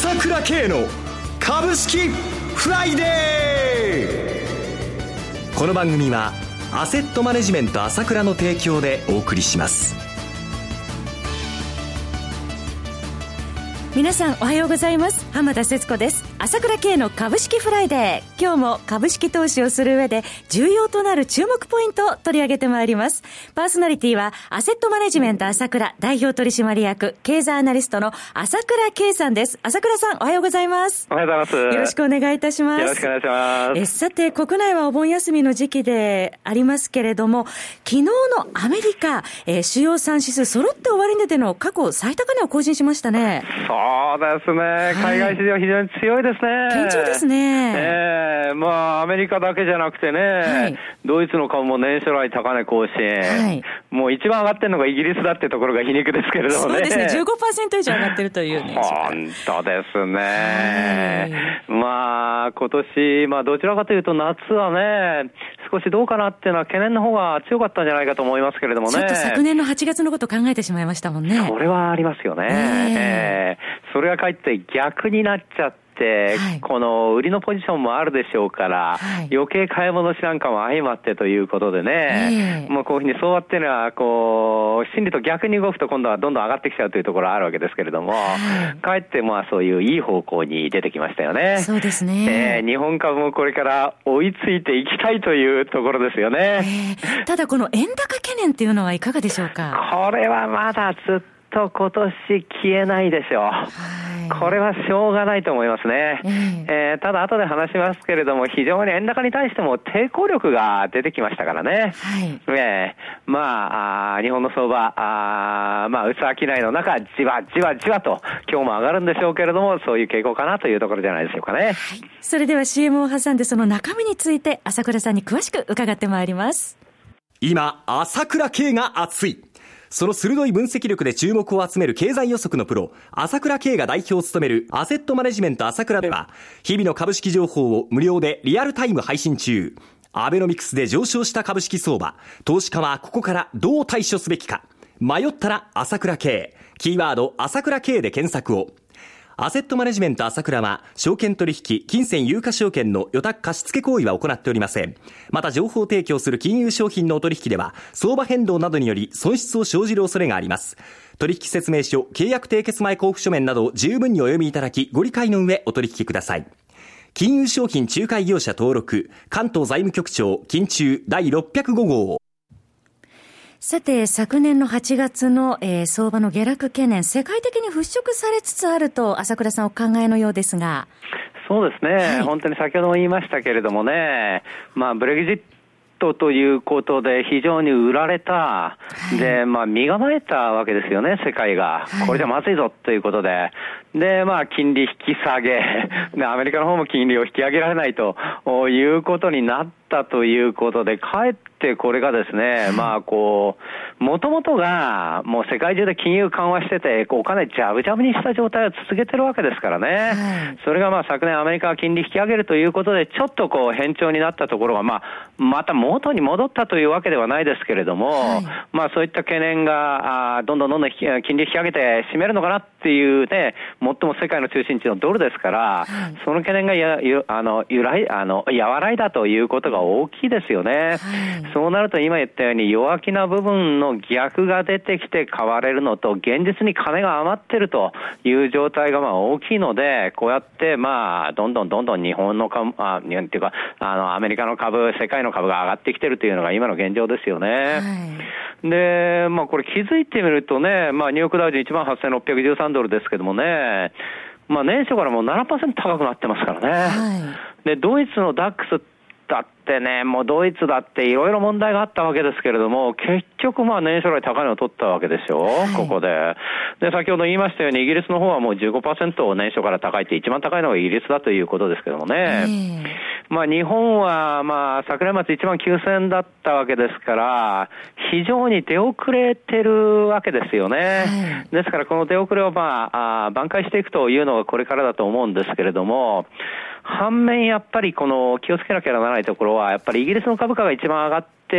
朝倉慶の株式フライデー。この番組はアセットマネジメント朝倉の提供でお送りします。 皆さんおはようございます。浜田節子です。朝倉慶の株式フライデー。今日も株式投資をする上で重要となる注目ポイントを取り上げてまいります。パーソナリティはアセットマネジメント朝倉代表取締役経済アナリストの朝倉慶さんです。朝倉さんおはようございます。 おはようございます。 よろしくお願いいたします。 よろしくお願いします。 さて国内はお盆休みの時期でありますけれども、昨日のアメリカ、主要3指数揃って終値での過去最高値を更新しましたね。 そうですね、海外市場非常に強いですね。 堅調ですね。 アメリカだけじゃなくてね、ドイツの株も年初来高値更新、もう一番上がってるのがイギリスだってところが皮肉ですけれどもね。 そうですね、15% 以上上がってるというね。 本当ですね。今年、どちらかというと夏はね、少しどうかなっていうのは懸念の方が強かったんじゃないかと思いますけれどもね。 ちょっと昨年の8月のことを考えてしまいましたもんね。 それはありますよね。それがかえって逆になっちゃって、この売りのポジションもあるでしょうから、余計買い戻しなんかも相まってということでね、もうこういうふうに相場っていうのはこう心理と逆に動くと今度はどんどん上がってきちゃうというところがあるわけですけれども、かえってそういういい方向に出てきましたよね。 そうですね。 日本株もこれから追いついていきたいというところですよね。 ただこの円高懸念っていうのはいかがでしょうか。 これはまだずっと今年消えないでしょう。これはしょうがないと思いますね。ただ後で話しますけれども、非常に円高に対しても抵抗力が出てきましたからね。日本の相場、薄商いの中、じわじわじわと今日も上がるんでしょうけれども、そういう傾向かなというところじゃないでしょうかね。 それでは CM を挟んでその中身について朝倉さんに詳しく伺ってまいります。 今朝倉慶が熱い。その鋭い分析力で注目を集める経済予測のプロ、朝倉慶が代表を務めるアセットマネジメント朝倉では、日々の株式情報を無料でリアルタイム配信中。アベノミクスで上昇した株式相場、投資家はここからどう対処すべきか。迷ったら朝倉慶、キーワード朝倉慶で検索を。アセットマネジメント朝倉は、証券取引、金銭有価証券の予託貸付行為は行っておりません。また情報提供する金融商品のお取引では、相場変動などにより損失を生じる恐れがあります。取引説明書、契約締結前交付書面など十分にお読みいただき、ご理解の上お取引ください。金融商品仲介業者登録、関東財務局長、金中第605号。 さて昨年の8月の、相場の下落懸念、世界的に払拭されつつあると朝倉さんお考えのようですが。 そうですね、本当に先ほども言いましたけれどもね、ブレグジットということで非常に売られた、で身構えたわけですよね、世界が。これじゃまずいぞということで、金利引き下げで、アメリカの方も金利を引き上げられないということになったということで、かえってこれがですね、もともとがもう世界中で金融緩和してて、お金ジャブジャブにした状態を続けてるわけですからね。それが昨年アメリカが金利引き上げるということで、ちょっと変調になったところが、また元に戻ったというわけではないですけれども、そういった懸念がどんどん金利引き上げて締めるのかなっていうね、最も世界の中心地のドルですから、その懸念が和らいだということが大きいですよね。そうなると今言ったように弱気な部分の逆が出てきて買われるのと、現実に金が余ってるという状態が大きいので、こうやってどんどん日本の株、日本っていうかアメリカの株、世界の株が上がってきてるというのが今の現状ですよね。で、これ気づいてみるとね、ニューヨークダウジ 18,613 ドルですけどもね、年初からもう 7% 高くなってますからね。で、ドイツのダックスだってね、もうドイツだっていろいろ問題があったわけですけれども、結局年初来高値を取ったわけでしょ、ここで。で、先ほど言いましたように、イギリスの方はもう 15% を年初から高いって一番高いのがイギリスだということですけどもね。日本は昨年末1万9000円だったわけですから、非常に出遅れてるわけですよね。ですからこの出遅れを挽回していくというのがこれからだと思うんですけれども、反面やっぱりこの気をつけなきゃならないところは、やっぱりイギリスの株価が一番上がってるっ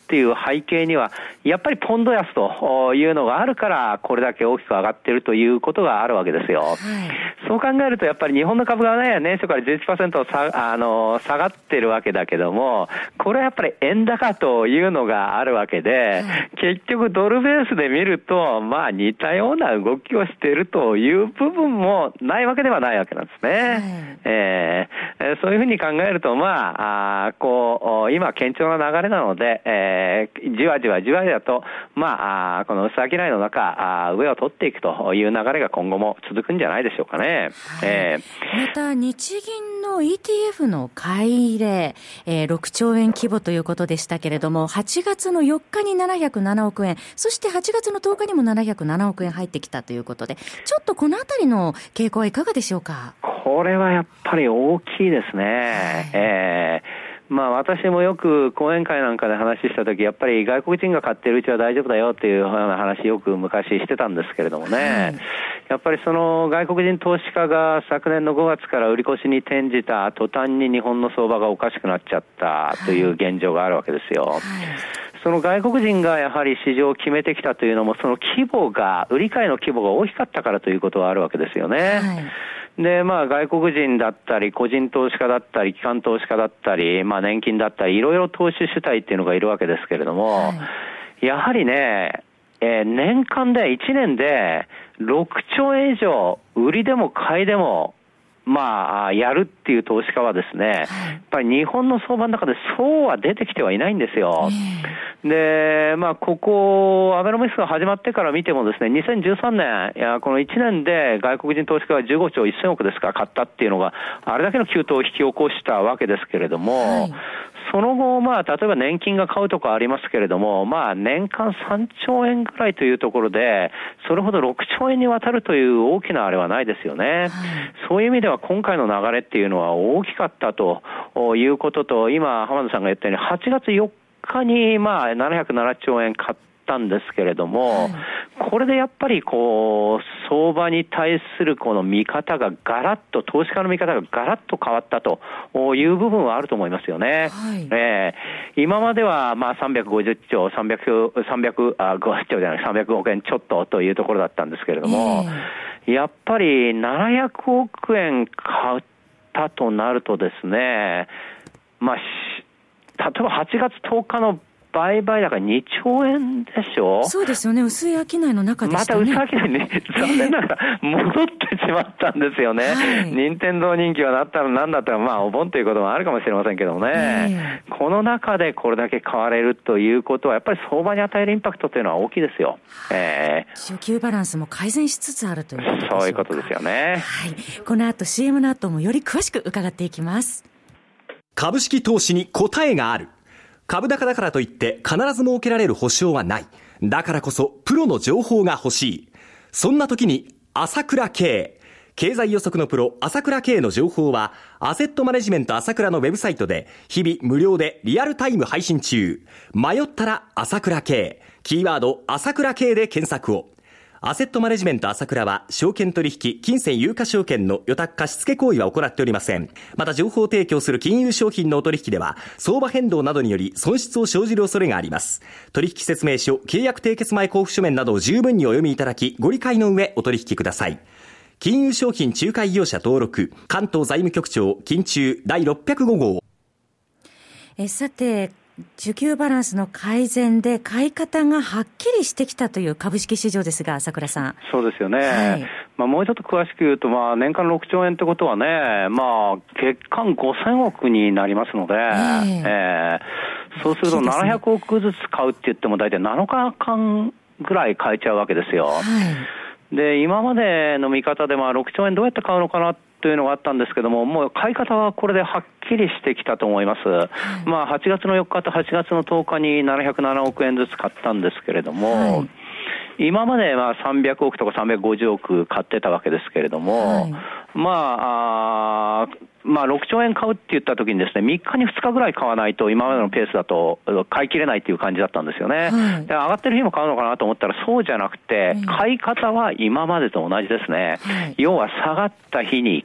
っていう背景には、やっぱりポンド安というのがあるから、これだけ大きく上がっているということがあるわけですよ。はい、そう考えると、やっぱり日本の株がね、年初から 11% 下がってるわけだけども、これはやっぱり円高というのがあるわけで、結局ドルベースで見ると、まあ似たような動きをしているという部分もないわけではないわけなんですね。そういうふうに考えると、まあ、今堅調な流れなので、じわじわと、まあ、この薄商いの中、上を取っていくという流れが今後も続くんじゃないでしょうかね。 また、日銀の ETF の買い入れ、6兆円規模ということでしたけれども、8月の4日に707億円、そして8月の10日にも707億円入ってきたということで、ちょっとこのあたりの傾向はいかがでしょうか。 これはやっぱり大きいですね。まあ私もよく講演会なんかで話したとき、やっぱり外国人が買っているうちは大丈夫だよっていうような話よく昔してたんですけれどもね、やっぱりその外国人投資家が昨年の5月から売り越しに転じた途端に日本の相場がおかしくなっちゃったという現状があるわけですよ。その外国人がやはり市場を決めてきたというのも、その規模が、売り買いの規模が大きかったからということはあるわけですよね。で、まあ外国人だったり、個人投資家だったり、機関投資家だったり、まあ年金だったり、いろいろ投資主体っていうのがいるわけですけれども、やはりね、年間で1年で6兆円以上、売りでも買いでも、まあ、やるっていう投資家はですね、やっぱり日本の相場の中でそうは出てきてはいないんですよ。で、まあ、ここ、アベノミクスが始まってから見てもですね、2013年、この1年で外国人投資家が15兆1000億ですか、買ったっていうのが、あれだけの急騰を引き起こしたわけですけれども、その後、まあ、例えば年金が買うとかありますけれども、まあ、年間3兆円ぐらいというところで、それほど6兆円にわたるという大きなあれはないですよね。そういう意味では今回の流れっていうのは大きかったということと、今、浜田さんが言ったように、8月4日に、まあ、707兆円買ったんですけれども、これでやっぱり相場に対するこの見方がガラッと、投資家の見方がガラッと変わったという部分はあると思いますよね。今まではまあ350兆、300億円ちょっとというところだったんですけれども、やっぱり700億円買ったとなるとですね、まあ、例えば8月10日の売買高2兆円でしょ。 そうですよね。薄い商いの中でしたね。 また薄い商いね、残念ながら戻ってしまったんですよね。任天堂人気はなったら何だったら、まあお盆ということもあるかもしれませんけどもね、この中でこれだけ買われるということはやっぱり相場に与えるインパクトというのは大きいですよ。 需給バランスも改善しつつあるということでしょうか。 そういうことですよね。 この後 CM の後もより詳しく伺っていきます。 株式投資に答えがある。株高だからといって必ず設けられる保証はない。だからこそプロの情報が欲しい。そんな時に朝倉慶。経済予測のプロ朝倉慶の情報はアセットマネジメント朝倉のウェブサイトで日々無料でリアルタイム配信中。迷ったら朝倉慶。キーワード朝倉慶で検索を。アセットマネジメント朝倉は証券取引、金銭有価証券の予託貸付行為は行っておりません。また情報提供する金融商品のお取引では相場変動などにより損失を生じる恐れがあります。取引説明書、契約締結前交付書面などを十分にお読みいただき、ご理解の上お取引ください。金融商品仲介業者登録、関東財務局長金中第605号。 さて、需給バランスの改善で買い方がはっきりしてきたという株式市場ですが、朝倉さん。 そうですよね。まあ、もうちょっと詳しく言うと、まあ、年間6兆円ってことはね、まあ、月間5000億になりますので、そうすると700億ずつ買うって言っても大体7日間ぐらい買えちゃうわけですよ。で、今までの見方でまあ6兆円どうやって買うのかなというのがあったんですけども、もう買い方はこれではっきりしてきたと思います。まあ8月の4日と8月の10日に707億円ずつ買ったんですけれども、今までは300億とか350億買ってたわけですけれども、まあ6兆円買うって言った時にですね、3日に2日ぐらい買わないと今までのペースだと買い切れないっていう感じだったんですよね。で、上がってる日も買うのかなと思ったらそうじゃなくて、買い方は今までと同じですね。要は下がった日に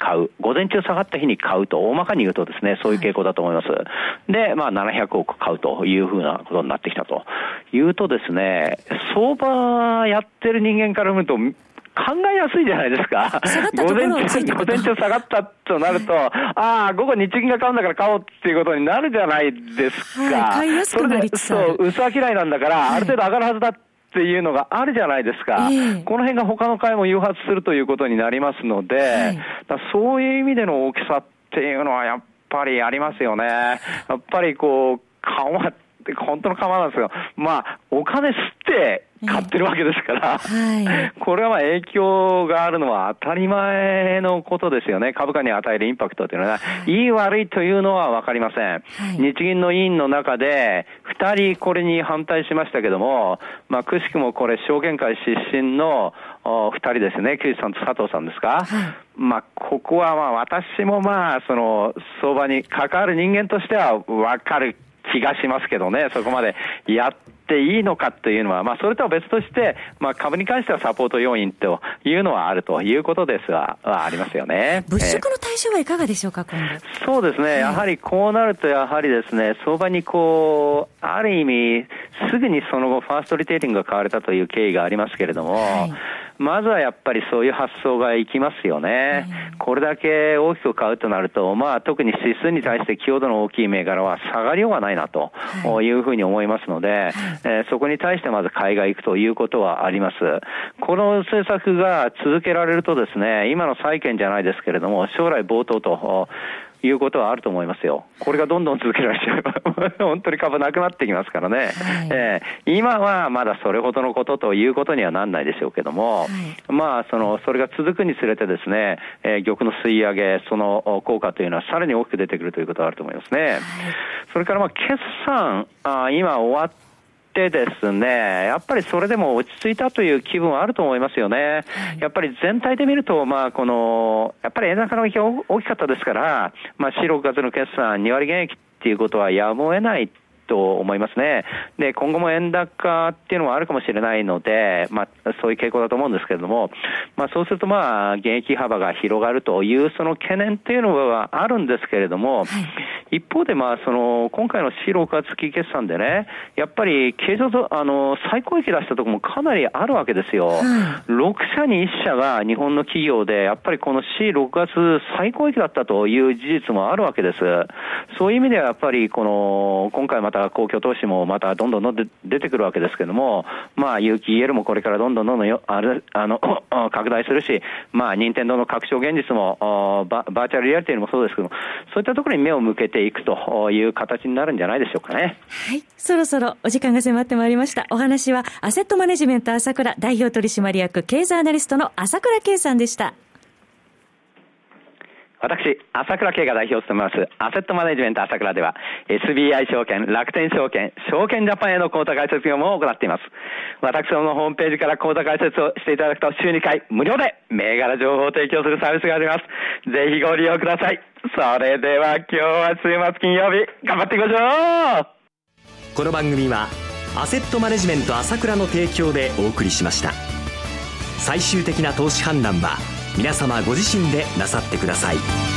買う、午前中下がった日に買うと、大まかに言うとですね、そういう傾向だと思います。で、700億買うというふうなことになってきたというとですね、相場やってる人間から見ると、考えやすいじゃないですか。午前中下がったとなると、午後日銀が買うんだから買おうっていうことになるじゃないですか。 買いやすくなりつつある。 そう、薄商いなんだから、ある程度上がるはずだっていうのがあるじゃないですか。この辺が他の買いも誘発するということになりますので、そういう意味での大きさっていうのはやっぱりありますよね。やっぱりこう、緩和って本当の緩和なんですよ。お金吸って買ってるわけですから、これは影響があるのは当たり前のことですよね。株価に与えるインパクトというのは、いい悪いというのは分かりません。日銀の委員の中で2人これに反対しましたけども、くしくもこれ証券会出身の2人ですね。木内さんと佐藤さんですか。ここは私もその相場に関わる人間としては分かる気がしますけどね。そこまでやっていいのかというのは、それとは別として、株に関してはサポート要因というのはあるということですが、ありますよね。 物色の対象はいかがでしょうか、今後。 そうですね。やはりこうなると、やはりですね、相場にある意味、すぐにその後、ファーストリテイリングが買われたという経緯がありますけれども、まずはやっぱりそういう発想がいきますよね。これだけ大きく買うとなると、特に指数に対して寄与度の大きい銘柄は下がりようがないなというふうに思いますので、そこに対してまず買いがいくということはあります。この政策が続けられるとですね、今の債券じゃないですけれども、将来冒頭ということはあると思いますよ。これがどんどん続けられちゃえば本当に株なくなってきますからね、今はまだそれほどのことということにはなんないでしょうけども、それが続くにつれてですね、玉の吸い上げ、その効果というのはさらに大きく出てくるということはあると思いますね。それから決算、今終わってですね、やっぱりそれでも落ち着いたという気分はあると思いますよね。やっぱり全体で見ると、やっぱり円高の影響大きかったですから、4、6月の決算2割減益っていうことはやむを得ないと思いますね。で、今後も円高っていうのはあるかもしれないので、そういう傾向だと思うんですけれども、そうすると減益幅が広がるというその懸念っていうのはあるんですけれども、一方でその今回の4、6月期決算でね、やっぱり経常最高益出したところもかなりあるわけですよ。6社に1社が日本の企業で、やっぱりこの4、6月最高益だったという事実もあるわけです。そういう意味ではやっぱり今回また公共投資もまたどんどん出てくるわけですけども、有機 EL もこれからどんどん拡大するし、任天堂の拡張現実もバーチャルリアリティもそうですけども、そういったところに目を向けていくという形になるんじゃないでしょうかね。 そろそろお時間が迫ってまいりました。お話はアセットマネジメント朝倉代表取締役経済アナリストの朝倉圭さんでした。 私、朝倉圭が代表を務めますアセットマネジメント朝倉では SBI 証券、楽天証券、証券ジャパンへの口座開設業務を行っています。私どものホームページから口座開設をしていただくと週2回無料で銘柄情報を提供するサービスがあります。ぜひご利用ください。それでは今日は週末金曜日頑張っていきましょう。 この番組はアセットマネジメント朝倉の提供でお送りしました。最終的な投資判断は皆様ご自身でなさってください。